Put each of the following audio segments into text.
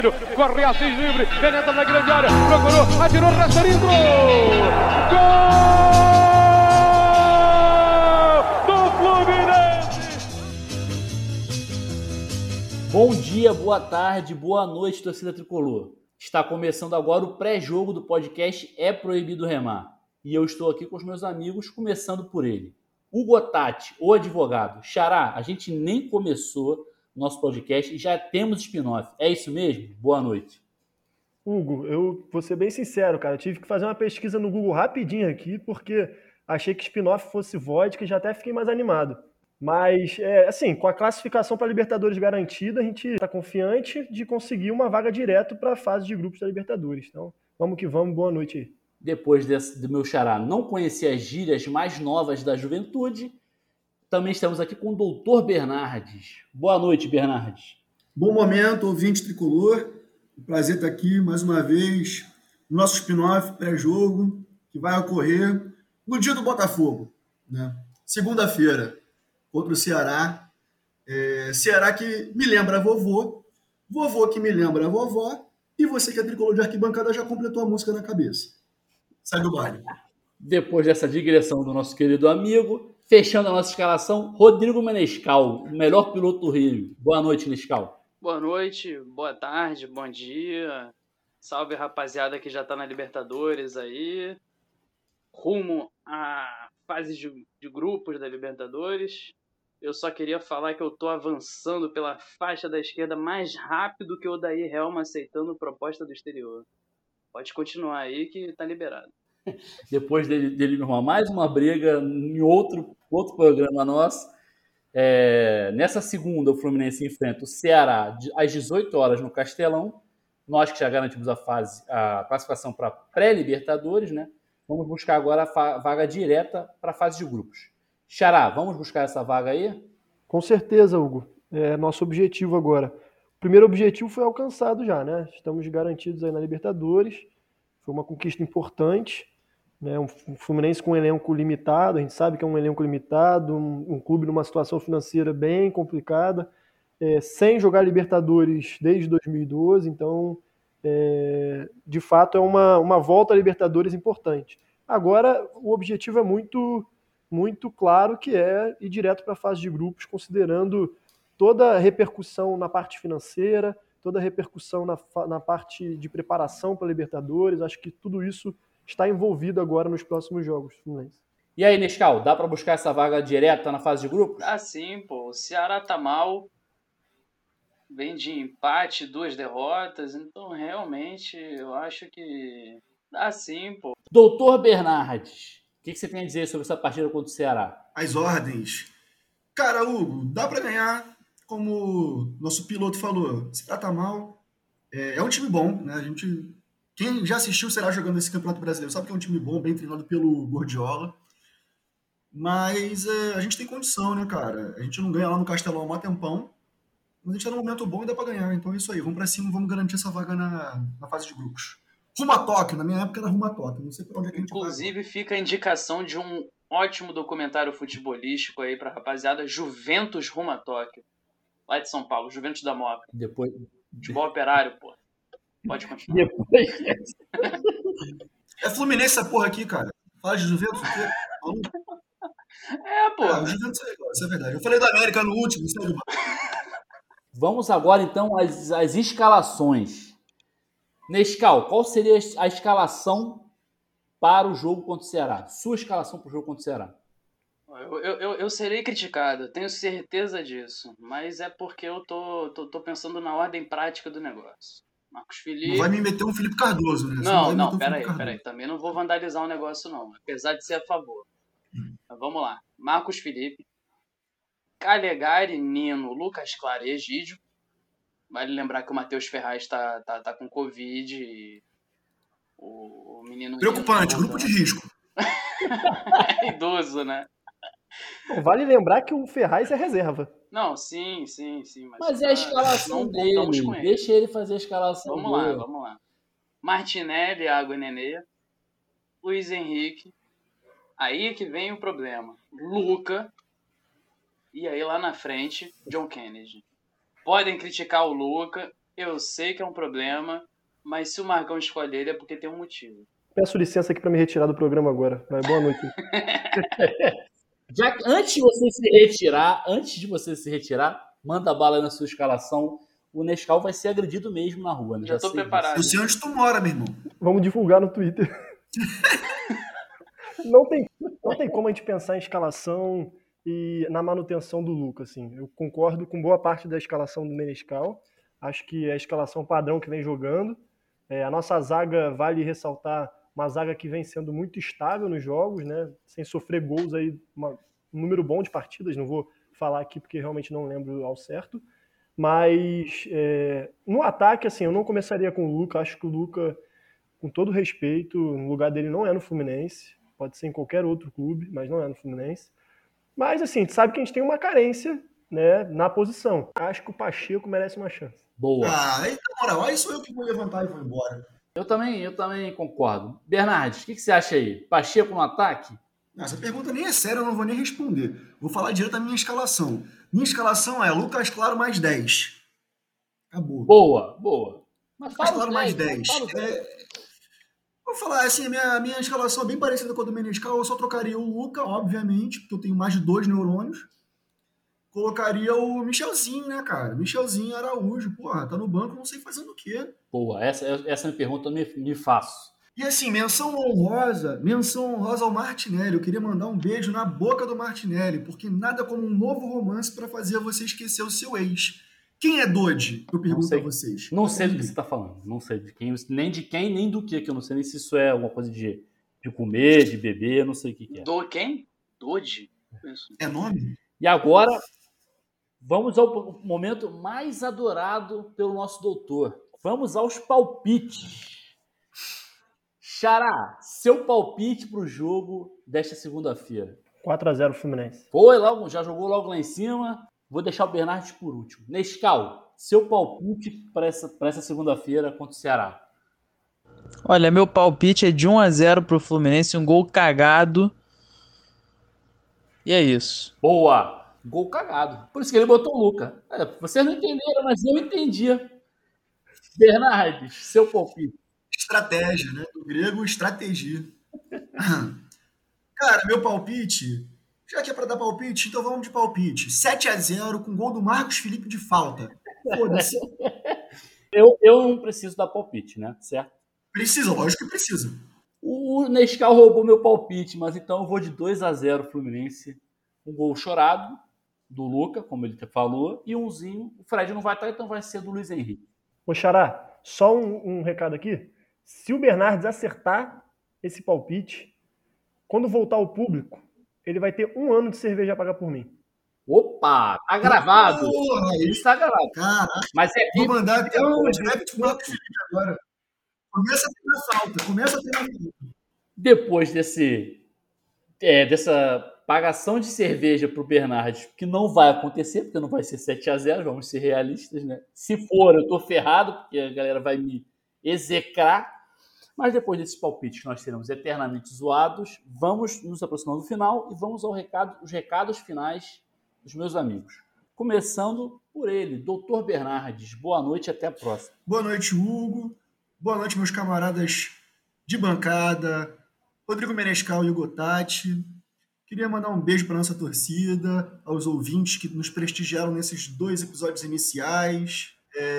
Corre Assis livre, penetra na grande área, procurou, atirou, Rasterinho, gol do Fluminense! Bom dia, boa tarde, boa noite, torcida tricolor. Está começando agora o pré-jogo do podcast É Proibido Remar. E eu estou aqui com os meus amigos, começando por ele. Hugo Tati, o advogado. Xará, a gente nem começou nosso podcast e já temos spin-off. É isso mesmo? Boa noite. Hugo, eu vou ser bem sincero, cara. Eu tive que fazer uma pesquisa no Google rapidinho aqui, porque achei que spin-off fosse vodka e já até fiquei mais animado. Mas, assim, com a classificação para a Libertadores garantida, a gente está confiante de conseguir uma vaga direto para a fase de grupos da Libertadores. Então, vamos que vamos. Boa noite aí. Depois do meu xará não conhecer as gírias mais novas da juventude, também estamos aqui com o Doutor Bernardes. Boa noite, Bernardes. Bom momento, ouvinte tricolor. Um prazer estar aqui mais uma vez no nosso spin-off pré-jogo, que vai ocorrer no dia do Botafogo, né? Segunda-feira, contra o Ceará. Ceará que me lembra vovô, vovô que me lembra vovó, e você que é tricolor de arquibancada já completou a música na cabeça. Sai do baile. Depois dessa digressão do nosso querido amigo, fechando a nossa escalação, Rodrigo Menescal, o melhor piloto do Rio. Boa noite, Menescal. Boa noite, boa tarde, bom dia. Salve, rapaziada que já tá na Libertadores aí. Rumo à fase de grupos da Libertadores. Eu só queria falar que eu tô avançando pela faixa da esquerda mais rápido que o Odair Helma aceitando proposta do exterior. Pode continuar aí que tá liberado. Depois dele arrumar mais uma briga em outro programa nosso. Nessa segunda, o Fluminense enfrenta o Ceará às 18 horas no Castelão. Nós que já garantimos a classificação para pré-Libertadores, né? Vamos buscar agora a vaga direta para a fase de grupos. Xará, vamos buscar essa vaga aí? Com certeza, Hugo. É nosso objetivo agora. O primeiro objetivo foi alcançado já, né? Estamos garantidos aí na Libertadores. Foi uma conquista importante, né? Um Fluminense com um elenco limitado, a gente sabe que é um elenco limitado, um clube numa situação financeira bem complicada, sem jogar Libertadores desde 2012, então, de fato, é uma volta à Libertadores importante. Agora, o objetivo é muito, muito claro, que é ir direto para a fase de grupos, considerando toda a repercussão na parte financeira, toda a repercussão na parte de preparação para a Libertadores. Acho que tudo isso está envolvido agora nos próximos jogos do Fluminense. E aí, Nescau, dá para buscar essa vaga direta na fase de grupos? Ah, sim, pô. O Ceará tá mal. Vem de empate, 2 derrotas. Então, realmente, eu acho que dá sim, pô. Doutor Bernardes, o que você tem a dizer sobre essa partida contra o Ceará? As ordens. Cara, Hugo, dá para ganhar. Como nosso piloto falou, se trata mal. É um time bom, né? Quem já assistiu o Ceará jogando esse Campeonato Brasileiro sabe que é um time bom, bem treinado pelo Guardiola. Mas a gente tem condição, né, cara? A gente não ganha lá no Castelão há um tempão, mas a gente tá num momento bom e dá pra ganhar. Então é isso aí, vamos pra cima, vamos garantir essa vaga na fase de grupos. Rumo a Tóquio, na minha época era rumo a Tóquio, não sei pra onde é que a gente vai. Inclusive, fica a indicação de um ótimo documentário futebolístico aí pra rapaziada, Juventus rumo a Tóquio. Lá de São Paulo, Juventus da Moca. Depois... Futebol operário, pô. Pode continuar. É Fluminense essa porra aqui, cara. Fala de Juventus, o quê? Pô. O Juventus é legal, isso é verdade. Eu falei da América no último, sabe? Vamos agora, então, às escalações. Nescau, qual seria a escalação para o jogo contra o Ceará? Sua escalação para o jogo contra o Ceará? Eu serei criticado, tenho certeza disso. Mas é porque eu tô pensando na ordem prática do negócio. Marcos Felipe... Não vai me meter um Felipe Cardoso, né? Não, peraí. Também não vou vandalizar o negócio, não. Apesar de ser a favor. Mas vamos lá. Marcos Felipe, Calegari, Nino, Lucas Claro e Egídio. Vale lembrar que o Matheus Ferraz tá com Covid e o menino... Preocupante, grupo de risco. É idoso, né? Vale lembrar que o Ferraz é reserva. Não, sim. Mas é a escalação dele. Deixa ele fazer a escalação dele. Vamos lá. Martinelli, Água e Nenê. Luiz Henrique. Aí que vem o problema. Luca. E aí lá na frente, John Kennedy. Podem criticar o Luca. Eu sei que é um problema, mas se o Marcão escolhe ele é porque tem um motivo. Peço licença aqui para me retirar do programa agora. Vai, boa noite. Já que antes de você se retirar, manda bala na sua escalação. O Nescau vai ser agredido mesmo na rua, né? Já tô sei preparado. Eu sei onde tu mora, meu irmão. Vamos divulgar no Twitter. Não tem como a gente pensar em escalação e na manutenção do Lucas, assim. Eu concordo com boa parte da escalação do Menescal. Acho que é a escalação padrão que vem jogando. A nossa zaga, vale ressaltar, uma zaga que vem sendo muito estável nos jogos, né? Sem sofrer gols aí, um número bom de partidas. Não vou falar aqui porque realmente não lembro ao certo. Mas no ataque, assim, eu não começaria com o Luca. Acho que o Luca, com todo respeito, no lugar dele não é no Fluminense. Pode ser em qualquer outro clube, mas não é no Fluminense. Mas, assim, a gente sabe que a gente tem uma carência, né, na posição. Acho que o Pacheco merece uma chance. Boa. Aí, na moral, aí sou eu que vou levantar e vou embora. Eu também concordo. Bernardes, o que você acha aí? Pacheco no ataque? Não, essa pergunta nem é séria, eu não vou nem responder. Vou falar direto da minha escalação. Minha escalação é Lucas Claro mais 10. Acabou. Boa. Mas Lucas Claro mais 10. 10. Vou falar assim, a minha escalação é bem parecida com a do Menescal. Eu só trocaria o Luca, obviamente, porque eu tenho mais de 2 neurônios. Colocaria o Michelzinho, né, cara? Michelzinho Araújo, porra, tá no banco, não sei fazendo o quê. Boa, essa me pergunta eu me faço. E assim, menção honrosa ao Martinelli. Eu queria mandar um beijo na boca do Martinelli, porque nada como um novo romance para fazer você esquecer o seu ex. Quem é Dodge? Eu pergunto a vocês. Não sei do que você está falando. Não sei nem do que eu não sei nem se isso é alguma coisa de comer, de beber, não sei o que é. Do quem? Dodge? É nome? E agora, vamos ao momento mais adorado pelo nosso doutor. Vamos aos palpites. Xará, seu palpite para o jogo desta segunda-feira. 4-0 Fluminense. Foi logo, já jogou logo lá em cima. Vou deixar o Bernardes por último. Nescau, seu palpite para essa segunda-feira contra o Ceará. Olha, meu palpite é de 1-0 pro Fluminense, um gol cagado. E é isso. Boa! Gol cagado. Por isso que ele botou o Luca. Vocês não entenderam, mas eu entendia. Bernardes, seu palpite. Estratégia, né? Do grego, estratégia. Cara, meu palpite... Já que é pra dar palpite, então vamos de palpite. 7-0 com gol do Marcos Felipe de falta. Foda-se. Eu não preciso dar palpite, né? Certo? Precisa, lógico que precisa. O Nescau roubou meu palpite, mas então eu vou de 2-0 Fluminense. Um gol chorado do Luca, como ele falou, e umzinho. O Fred não vai estar, então vai ser do Luiz Henrique. Ô Xará, só um recado aqui. Se o Bernardes acertar esse palpite, quando voltar ao público, ele vai ter 1 ano de cerveja a pagar por mim. Opa, tá gravado. Porra, Isso tá gravado. Caraca, Mas vou mandar até um direct pro Marcos Felipe agora. Começa a ter na falta. Depois dessa pagação de cerveja pro Bernardes, que não vai acontecer, porque não vai ser 7-0, vamos ser realistas, né? Se for, eu tô ferrado, porque a galera vai me execrar. Mas depois desses palpites que nós seremos eternamente zoados, vamos nos aproximando do final e vamos aos recados finais dos meus amigos. Começando por ele, Dr. Bernardes. Boa noite e até a próxima. Boa noite, Hugo. Boa noite, meus camaradas de bancada, Rodrigo Menescal e Hugo Tati. Queria mandar um beijo para nossa torcida, aos ouvintes que nos prestigiaram nesses 2 episódios iniciais.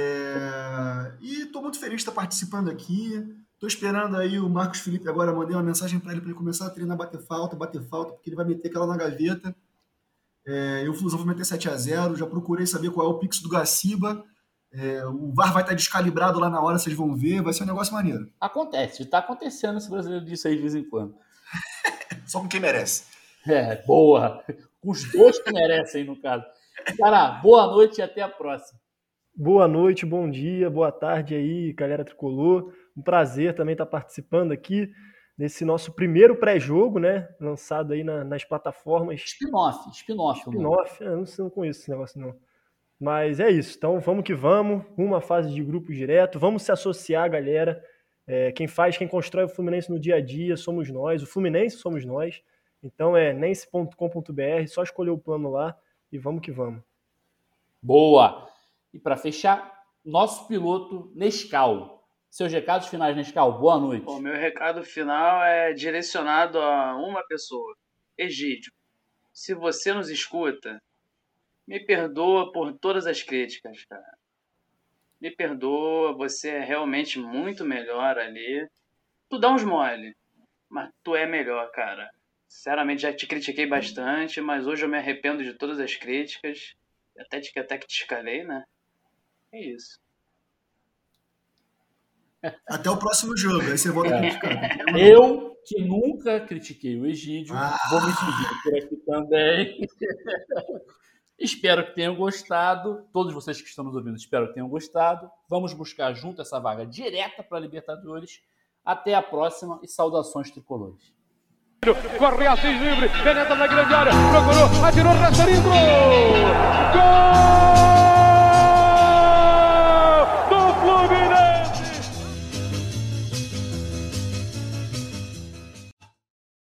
E estou muito feliz de estar participando aqui. Estou esperando aí o Marcos Felipe agora, mandei uma mensagem para ele começar a treinar bater falta, porque ele vai meter aquela na gaveta. E o Flusão vai meter 7-0. Já procurei saber qual é o pix do Gaciba. O VAR vai estar descalibrado lá na hora, vocês vão ver. Vai ser um negócio maneiro. Acontece, está acontecendo esse brasileiro disso aí de vez em quando. Só com quem merece. Boa. Com os dois que merecem, no caso. Cara, boa noite e até a próxima. Boa noite, bom dia, boa tarde aí, galera tricolor. Um prazer também estar participando aqui nesse nosso primeiro pré-jogo, né? Lançado aí nas plataformas. Spin-off. Eu não conheço esse negócio, não. Mas é isso. Então, vamos que vamos. Uma fase de grupo direto. Vamos se associar, galera. Quem constrói o Fluminense no dia a dia somos nós. O Fluminense somos nós. Então, nense.com.br. Só escolher o plano lá e vamos que vamos. Boa. E para fechar, nosso piloto Nescau. Seus recados finais, Nescau. Boa noite. O meu recado final é direcionado a uma pessoa. Egídio, se você nos escuta, me perdoa por todas as críticas, cara. Me perdoa, você é realmente muito melhor ali. Tu dá uns mole, mas tu é melhor, cara. Sinceramente, já te critiquei bastante, mas hoje eu me arrependo de todas as críticas. Até que te escalei, né? É isso. Até o próximo jogo, aí você volta a criticar. Eu, que nunca critiquei o Egídio, vou me despedir por aqui também. Espero que tenham gostado. Todos vocês que estão nos ouvindo, espero que tenham gostado. Vamos buscar junto essa vaga direta para a Libertadores. Até a próxima e saudações tricolores. Corre Assis livre, penetra na grande área, procurou, atirou, Rasterinho, gol!